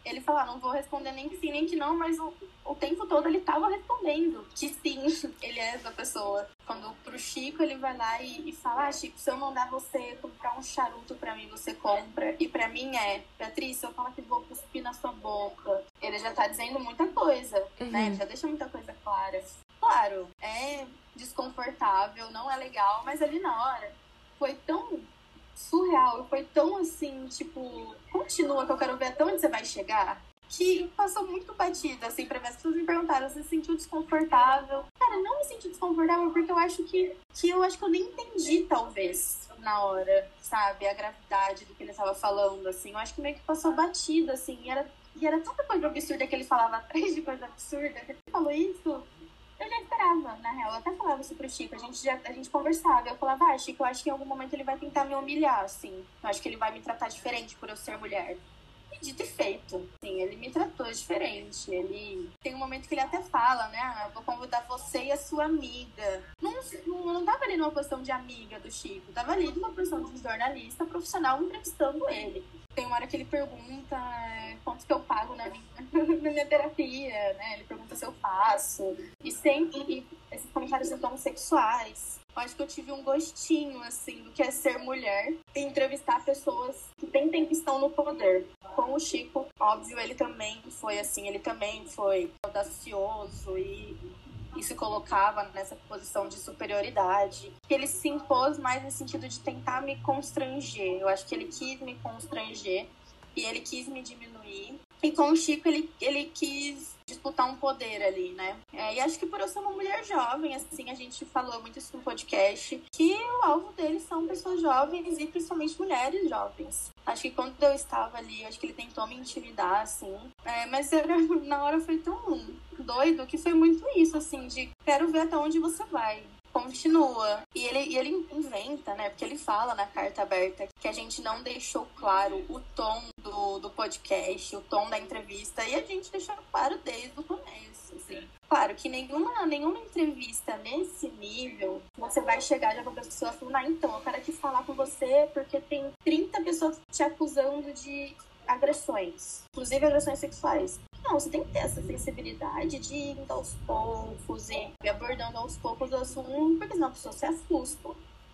ele fala, não vou responder nem que sim, nem que não, mas o, o tempo todo ele tava respondendo que sim, ele é essa pessoa. Quando pro Chico ele vai lá e, e fala, ah, Chico, se eu mandar você comprar um charuto pra mim, você compra. E pra mim é, Beatriz, se eu falar que vou cuspir na sua boca, ele já tá dizendo muita coisa, uhum. né? Ele já deixa muita coisa clara. Claro, é desconfortável, não é legal, mas ali na hora foi tão surreal, foi tão assim, tipo, continua que eu quero ver até onde você vai chegar, que passou muito batida, assim, pra mim. As pessoas me perguntaram, você se sentiu desconfortável? Cara, não me senti desconfortável porque eu acho que, que eu acho que eu nem entendi, talvez, na hora, sabe, a gravidade do que ele estava falando, assim. Eu acho que meio que passou batida, assim, e era, e era tanta coisa absurda que ele falava atrás de coisa absurda, que ele falou isso. Eu já esperava, na real. Eu até falava isso pro Chico. A gente, já, a gente conversava. Eu falava, ah, Chico, eu acho que em algum momento ele vai tentar me humilhar, assim. Eu acho que ele vai me tratar diferente por eu ser mulher. E dito e feito. Assim, ele me tratou diferente. Ele... Tem um momento que ele até fala, né? Ah, eu vou convidar você e a sua amiga. Não, não, não tava ali numa posição de amiga do Chico. Tava ali numa posição de jornalista profissional entrevistando ele. Tem uma hora que ele pergunta quanto que eu pago na minha, na minha terapia, né? Ele pergunta se eu faço. E sempre e esses comentários são sexuais. Eu acho que eu tive um gostinho, assim, do que é ser mulher e entrevistar pessoas que têm tempo que estão no poder. Com o Chico, óbvio, ele também foi assim, ele também foi audacioso e... e se colocava nessa posição de superioridade. Ele se impôs mais no sentido de tentar me constranger. Eu acho que ele quis me constranger e ele quis me diminuir. E com o Chico, ele, ele quis disputar um poder ali, né? É, e acho que por eu ser uma mulher jovem, assim, a gente falou muito isso no podcast, que o alvo dele são pessoas jovens e principalmente mulheres jovens. Acho que quando eu estava ali, acho que ele tentou me intimidar, assim. É, mas era, na hora foi tão doido que foi muito isso, assim, de quero ver até onde você vai. Continua. E ele, e ele inventa, né? Porque ele fala na carta aberta que a gente não deixou claro o tom do, do podcast, o tom da entrevista, e a gente deixou claro desde o começo, assim. Claro que nenhuma, nenhuma entrevista nesse nível, você vai chegar já com a pessoa falando, ah, então, eu quero aqui falar com você porque tem trinta pessoas te acusando de agressões, inclusive agressões sexuais. Não, você tem que ter essa sensibilidade de ir indo aos poucos e abordando aos poucos o assunto, porque senão a pessoa se assusta.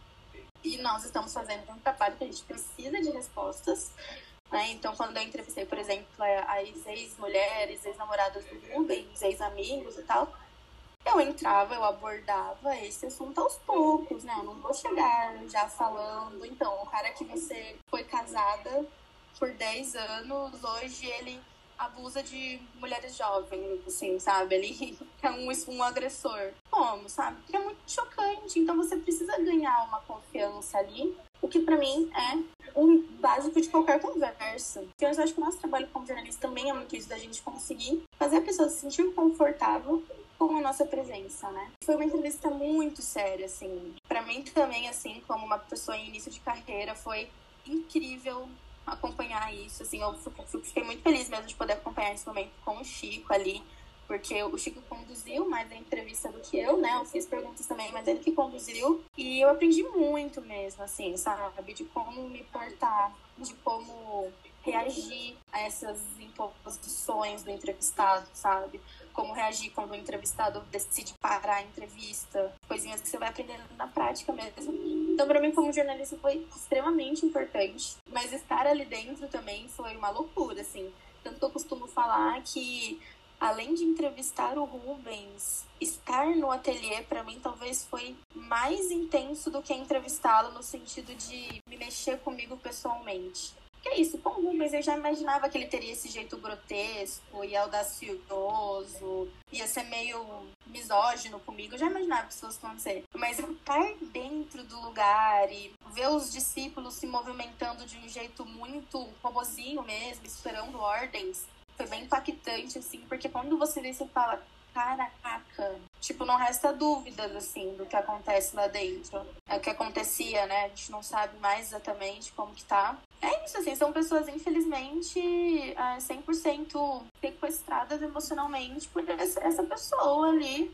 E nós estamos fazendo um trabalho que a gente precisa de respostas, né? Então, quando eu entrevistei, por exemplo, as ex-mulheres, ex-namoradas do Rubens, ex-amigos e tal, eu entrava, eu abordava esse assunto aos poucos, né? Eu não vou chegar já falando, então, o cara que você foi casada por dez anos, hoje ele abusa de mulheres jovens, assim, sabe? Ele é um, um agressor. Como, sabe? Porque é muito chocante. Então você precisa ganhar uma confiança ali, o que pra mim é o básico de qualquer conversa. Porque eu acho que o nosso trabalho como jornalista também é muito isso, da gente conseguir fazer a pessoa se sentir confortável com a nossa presença, né? Foi uma entrevista muito séria, assim. Pra mim também, assim, como uma pessoa em início de carreira, foi incrível acompanhar isso, assim, eu fiquei muito feliz mesmo de poder acompanhar esse momento com o Chico ali, porque o Chico conduziu mais a entrevista do que eu, né, eu fiz perguntas também, mas ele que conduziu, e eu aprendi muito mesmo, assim, sabe, de como me portar, de como reagir a essas imposições do entrevistado, sabe, como reagir quando o entrevistado decide parar a entrevista, coisinhas que você vai aprendendo na prática mesmo. Então, pra mim, como jornalista, foi extremamente importante. Mas estar ali dentro também foi uma loucura, assim. Tanto que eu costumo falar que, além de entrevistar o Rubens, estar no ateliê, pra mim, talvez foi mais intenso do que entrevistá-lo no sentido de me mexer comigo pessoalmente. Que é isso, com o Rubens eu já imaginava que ele teria esse jeito grotesco e audacioso, ia ser meio misógino comigo, eu já imaginava que isso fosse acontecer. Mas estar dentro do lugar e ver os discípulos se movimentando de um jeito muito robozinho mesmo, esperando ordens, foi bem impactante, assim, porque quando você vê, você fala, caraca, tipo, não resta dúvidas, assim, do que acontece lá dentro. É o que acontecia, né? A gente não sabe mais exatamente como que tá. É isso, assim, são pessoas, infelizmente, cem por cento sequestradas emocionalmente por essa pessoa ali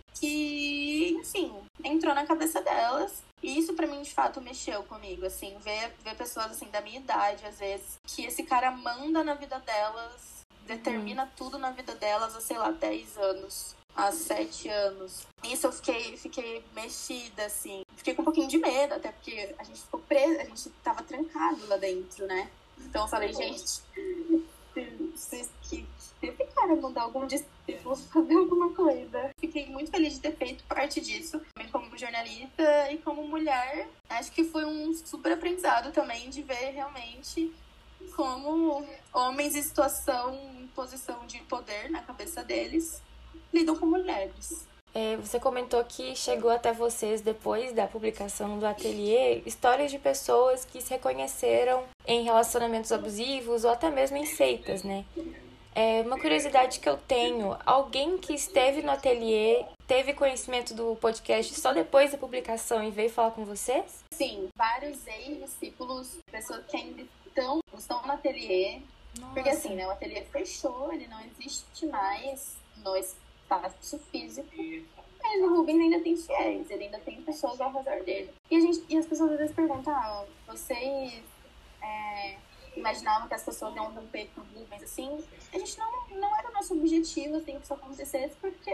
que, enfim, entrou na cabeça delas. E isso, pra mim, de fato, mexeu comigo, assim, ver, ver pessoas, assim, da minha idade, às vezes, que esse cara manda na vida delas determina uhum. tudo na vida delas há, sei lá, dez anos, há sete anos. Isso eu fiquei, fiquei mexida, assim. Fiquei com um pouquinho de medo, até porque a gente ficou preso, a gente tava trancado lá dentro, né? Então eu falei, gente, vocês que esse cara mandar algum discípulo fazer alguma coisa. Fiquei muito feliz de ter feito parte disso, também como jornalista e como mulher. Acho que foi um super aprendizado também de ver realmente como homens em situação, em posição de poder na cabeça deles, lidam com mulheres. É, você comentou que chegou até vocês, depois da publicação do ateliê, histórias de pessoas que se reconheceram em relacionamentos abusivos ou até mesmo em seitas, né? É, uma curiosidade que eu tenho, alguém que esteve no ateliê teve conhecimento do podcast só depois da publicação e veio falar com vocês? Sim, vários ex-discípulos, pessoas que ainda estão, estão no ateliê. Nossa. Porque assim, né, o ateliê fechou, ele não existe mais no espaço físico. Mas o Rubens ainda tem fiéis, ele ainda tem pessoas ao redor dele. E, a gente, e as pessoas às vezes perguntam, ah, vocês é, imaginavam que as pessoas iam romper com o Rubens, assim? A gente não, não era o nosso objetivo, assim, que isso acontecesse, porque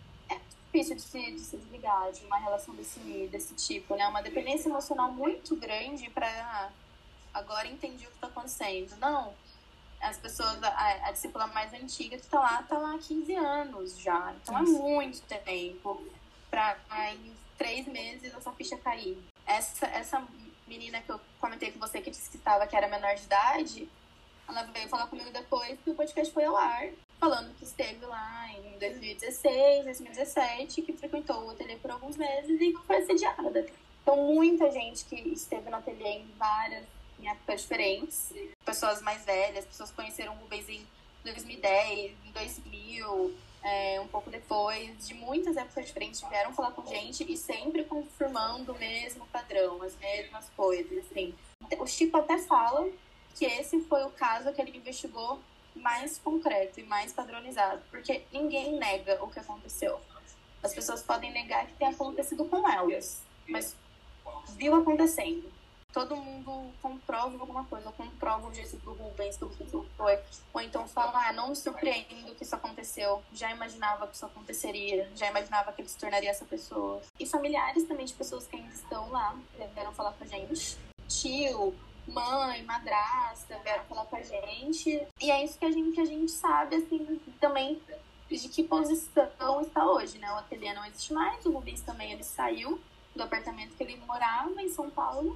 é difícil de se, de se desligar de uma relação desse, desse tipo, né? Uma dependência emocional muito grande pra agora entendi o que tá acontecendo. Não, as pessoas, a, a discípula mais antiga que tá lá, tá lá há quinze anos já. Então é muito tempo pra em três meses essa ficha cair. Essa, essa menina que eu comentei com você, que disse que estava, que era menor de idade, ela veio falar comigo depois que o podcast foi ao ar, falando que esteve lá em dois mil e dezesseis, dois mil e dezessete, que frequentou o ateliê por alguns meses e que foi assediada. Então muita gente que esteve no ateliê em várias em épocas diferentes, pessoas mais velhas, pessoas que conheceram o Rubens em dois mil e dez, em dois mil, é, um pouco depois, de muitas épocas diferentes, vieram falar com gente e sempre confirmando o mesmo padrão, as mesmas coisas, assim. O Chico até fala que esse foi o caso que ele investigou mais concreto e mais padronizado, porque ninguém nega o que aconteceu. As pessoas podem negar que tenha acontecido com elas, mas viu acontecendo. Todo mundo comprova alguma coisa, ou comprova o jeito do Rubens, do que foi. Ou então fala, ah, não me surpreendo que isso aconteceu. Já imaginava que isso aconteceria. Já imaginava que ele se tornaria essa pessoa. E familiares também de pessoas que ainda estão lá, vieram falar com a gente. Tio, mãe, madrasta, vieram falar com a gente. E é isso que a gente, que a gente sabe, assim, também de que posição está hoje, né? O ateliê não existe mais, o Rubens também, ele saiu do apartamento que ele morava em São Paulo.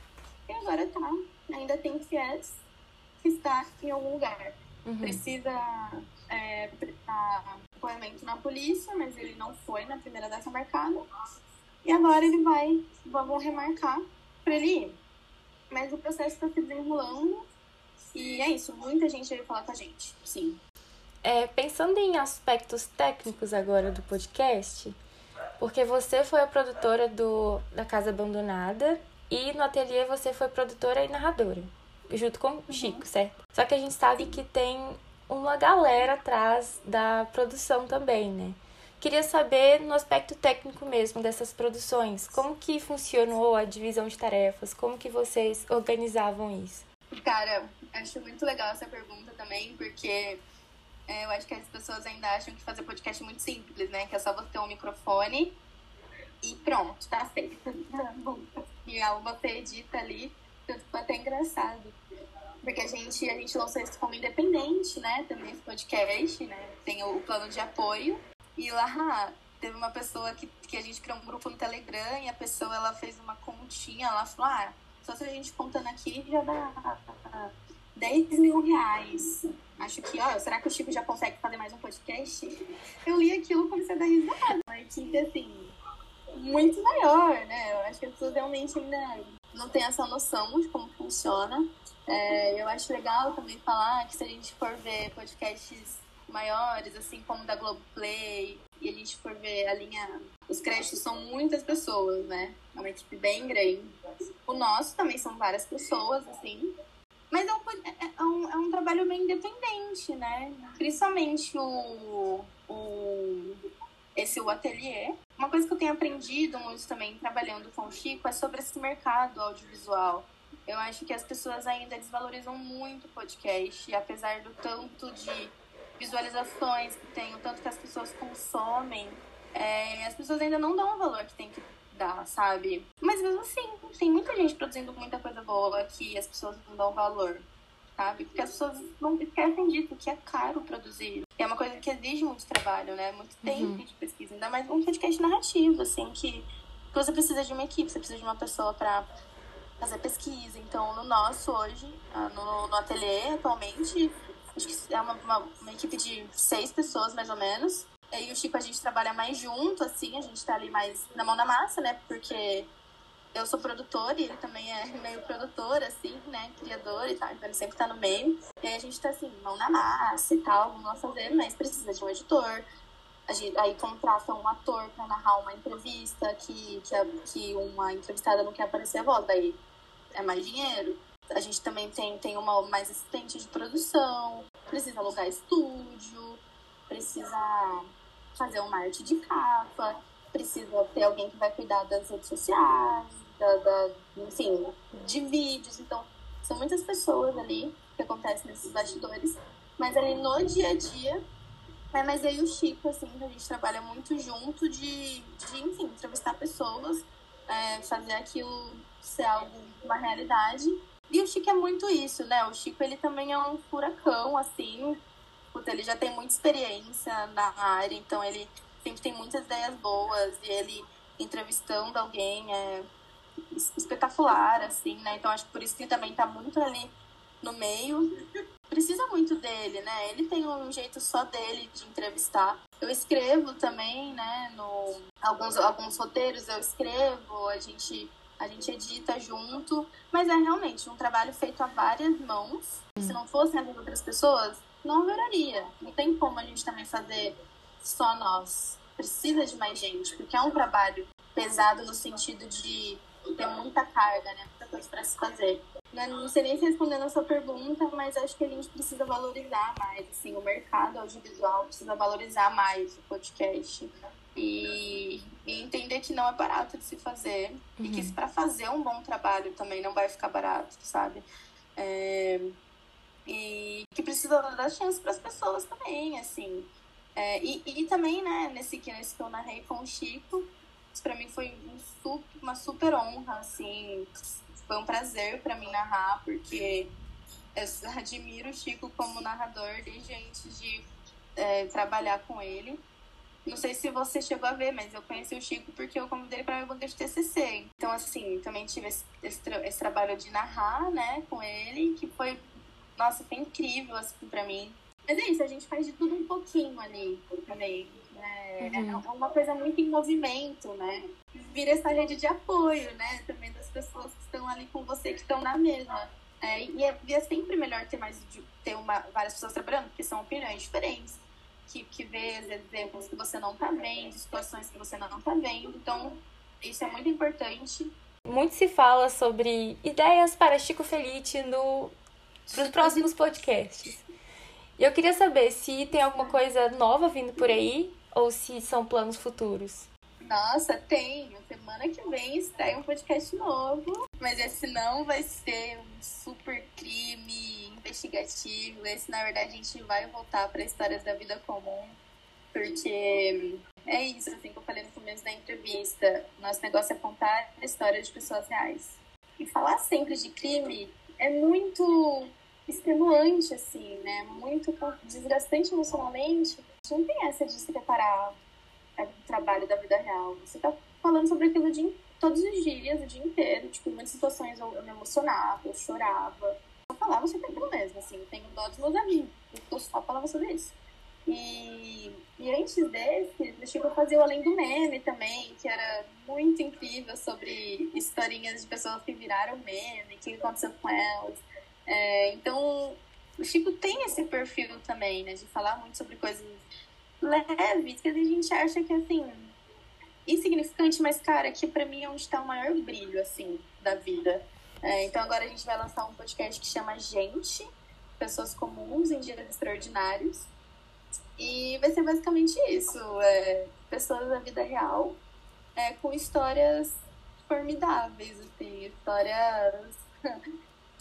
E agora tá, ainda tem fiéis que está em algum lugar. Uhum. Precisa é, prestar depoimento na polícia, mas ele não foi na primeira data marcada. E agora ele vai, vamos remarcar pra ele ir. Mas o processo tá se desenrolando e é isso, muita gente veio falar com a gente, sim. É, pensando em aspectos técnicos agora do podcast, porque você foi a produtora do, da Casa Abandonada, e no ateliê você foi produtora e narradora, junto com o Chico, uhum. certo? Só que a gente sabe que tem uma galera atrás da produção também, né? Queria saber no aspecto técnico mesmo dessas produções, como que funcionou a divisão de tarefas, como que vocês organizavam isso? Cara, acho muito legal essa pergunta também, porque é, eu acho que as pessoas ainda acham que fazer podcast é muito simples, né? Que é só você ter um microfone e pronto, tá feito. E aí você edita ali, então ficou até engraçado. Porque a gente, a gente lançou isso como independente, né? Também esse podcast, né? Tem o plano de apoio. E lá teve uma pessoa que, que a gente criou um grupo no Telegram e a pessoa, ela fez uma continha, ela falou, ah, só se a gente contando aqui já dá dez mil reais. Acho que, ó, será que o Chico já consegue fazer mais um podcast? Eu li aquilo e comecei a dar risada. Uma equipe, assim, muito maior, né? Eu acho que as pessoas realmente ainda não têm essa noção de como funciona. É, eu acho legal também falar que se a gente for ver podcasts maiores, assim como o da Globoplay, e a gente for ver a linha, os créditos são muitas pessoas, né? É uma equipe bem grande. O nosso também são várias pessoas, assim. Mas é um, é um, é um trabalho bem independente, né? Principalmente o, o, esse o ateliê. Uma coisa que eu tenho aprendido muito também trabalhando com o Chico é sobre esse mercado audiovisual. Eu acho que as pessoas ainda desvalorizam muito o podcast, e apesar do tanto de visualizações que tem, o tanto que as pessoas consomem, é, as pessoas ainda não dão o valor que tem que dar, sabe? Mas mesmo assim, tem muita gente produzindo muita coisa boa que as pessoas não dão valor, sabe? Porque as pessoas não esquecem disso, que é caro produzir. É uma coisa que exige muito trabalho, né? Muito tempo uhum. de pesquisa. Ainda mais um podcast narrativo, assim, que você precisa de uma equipe, você precisa de uma pessoa pra fazer pesquisa. Então, no nosso, hoje, no, no ateliê, atualmente, acho que é uma, uma, uma equipe de seis pessoas, mais ou menos. E o Chico, a gente trabalha mais junto, assim, a gente tá ali mais na mão na massa, né? Porque eu sou produtora e ele também é meio produtor, assim, né? Criador e tal, então ele sempre tá no meio. E aí a gente tá, assim, mão na massa e tal, vamos lá fazer, mas precisa de um editor. A gente, aí contrata um ator pra narrar uma entrevista que, que, a, que uma entrevistada não quer aparecer a voz, daí é mais dinheiro. A gente também tem, tem uma mais assistente de produção, precisa alugar estúdio, precisa fazer uma arte de capa, precisa ter alguém que vai cuidar das redes sociais, da, da, enfim, de vídeos. Então, são muitas pessoas ali que acontecem nesses bastidores, mas ali no dia a dia, é mais eu e o Chico, assim, a gente trabalha muito junto de, de enfim, entrevistar pessoas, é, fazer aquilo ser algo, uma realidade. E o Chico é muito isso, né? O Chico, ele também é um furacão, assim, puta, ele já tem muita experiência na área, então ele sempre tem muitas ideias boas, e ele entrevistando alguém é espetacular, assim, né? Então acho que por isso que ele também tá muito ali no meio. Precisa muito dele, né? Ele tem um jeito só dele de entrevistar. Eu escrevo também, né? No, alguns, alguns roteiros eu escrevo, a gente, a gente edita junto, mas é realmente um trabalho feito a várias mãos. Se não fossem as outras pessoas, não haveria. Não tem como a gente também fazer só nós. Precisa de mais gente, porque é um trabalho pesado no sentido de ter muita carga, né? Muita coisa para se fazer. Não sei nem se respondendo a sua pergunta, mas acho que a gente precisa valorizar mais, assim, o mercado audiovisual precisa valorizar mais o podcast e, e entender que não é barato de se fazer uhum. e que para fazer um bom trabalho também não vai ficar barato, sabe? É, e que precisa dar chance para as pessoas também, assim. É, e, e também, né, nesse, nesse que eu narrei com o Chico, isso pra mim foi um super, uma super honra, assim. Foi um prazer pra mim narrar, porque eu admiro o Chico como narrador desde antes de é, trabalhar com ele. Não sei se você chegou a ver, mas eu conheci o Chico porque eu convidei ele pra minha banca de T C C. Então, assim, também tive esse, esse, esse trabalho de narrar, né, com ele, que foi, nossa, foi incrível, assim, pra mim. Mas é isso, a gente faz de tudo um pouquinho ali também. É, uhum. é uma coisa muito em movimento, né? Vira essa rede de apoio, né? Também das pessoas que estão ali com você, que estão na mesma. É, e, é, e é sempre melhor ter mais de, ter uma, várias pessoas trabalhando, porque são opiniões diferentes, que, que vê exemplos que você não tá vendo, situações que você não tá vendo. Então, isso é muito importante. Muito se fala sobre ideias para Chico Felitti no, nos próximos podcasts. E eu queria saber se tem alguma coisa nova vindo por aí ou se são planos futuros. Nossa, tem. Semana que vem estreia um podcast novo. Mas esse não vai ser um super crime investigativo. Esse, na verdade, a gente vai voltar para histórias da vida comum. Porque é isso, assim, que eu falei no começo da entrevista. Nosso negócio é contar a história de pessoas reais. E falar sempre de crime é muito extenuante, assim, né? Muito desgastante emocionalmente. A gente não tem essa de se preparar o trabalho da vida real. Você tá falando sobre aquilo de todos os dias, o dia inteiro. Tipo, em muitas situações eu, eu me emocionava, eu chorava. Eu falava sempre aquilo mesmo, assim. Eu tenho dó dos meus amigos. Eu só falava sobre isso. E, e antes desse, eu Chico fazia o Além do Meme também, que era muito incrível, sobre historinhas de pessoas que viraram meme, o que aconteceu com elas. É, então, o Chico tem esse perfil também, né, de falar muito sobre coisas leves, que a gente acha que, assim, insignificante, mas, cara, que pra mim é onde tá o maior brilho, assim, da vida. É, então, agora a gente vai lançar um podcast que chama Gente, Pessoas Comuns em Dias Extraordinários, e vai ser basicamente isso, é, pessoas da vida real, é, com histórias formidáveis, assim, histórias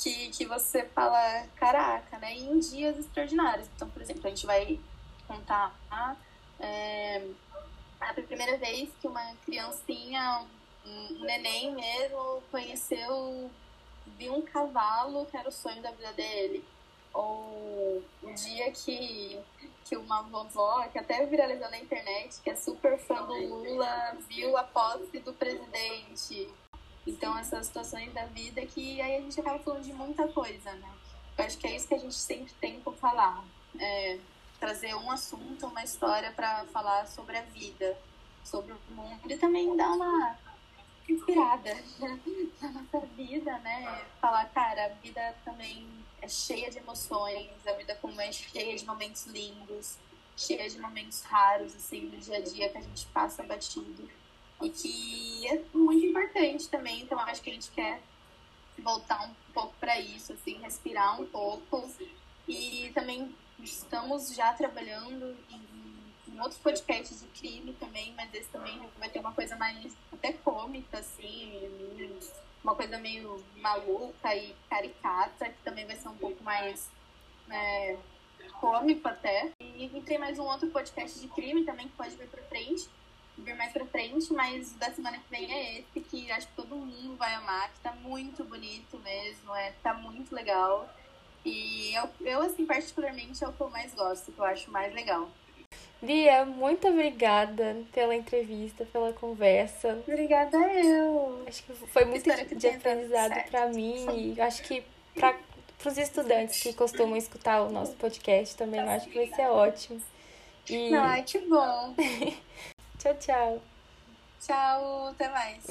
que, que você fala, caraca, né? E em dias extraordinários. Então, por exemplo, a gente vai contar é, a primeira vez que uma criancinha, um neném mesmo, conheceu, viu um cavalo que era o sonho da vida dele. Ou o dia que, que uma vovó, que até viralizou na internet, que é super fã do Lula, viu a posse do presidente. Então, essas situações da vida que aí a gente acaba falando de muita coisa, né? Eu acho que é isso que a gente sempre tem por falar. É trazer um assunto, uma história para falar sobre a vida, sobre o mundo e também dar uma inspirada na nossa vida, né? Falar, cara, a vida também é cheia de emoções, a vida como é cheia de momentos lindos, cheia de momentos raros, assim, no dia a dia que a gente passa batido. E que é muito importante também, então acho que a gente quer voltar um pouco para isso, assim, respirar um pouco. E também estamos já trabalhando em, em outros podcasts de crime também, mas esse também vai ter uma coisa mais até cômica, assim, uma coisa meio maluca e caricata, que também vai ser um pouco mais é, cômico até. E, e tem mais um outro podcast de crime também que pode vir pra frente, vir mais pra frente, mas da semana que vem é esse, que acho que todo mundo vai amar, que tá muito bonito mesmo, é, tá muito legal. E eu, eu, assim, particularmente, é o que eu mais gosto, que eu acho mais legal. Bia, muito obrigada pela entrevista, pela conversa. Obrigada eu. Acho que foi muito que de aprendizado para mim e acho que para os estudantes que costumam escutar o nosso podcast também, eu acho que vai ser ótimo. E... Ai, que bom. Tchau, tchau. Tchau, até mais.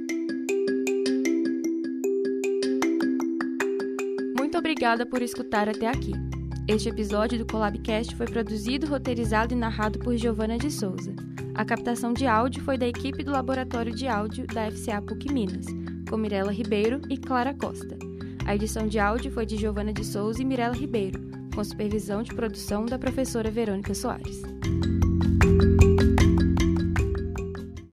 Muito obrigada por escutar até aqui. Este episódio do Collabcast foi produzido, roteirizado e narrado por Giovana de Souza. A captação de áudio foi da equipe do Laboratório de Áudio da F C A P U C Minas, com Mirela Ribeiro e Clara Costa. A edição de áudio foi de Giovana de Souza e Mirela Ribeiro, com supervisão de produção da professora Verônica Soares.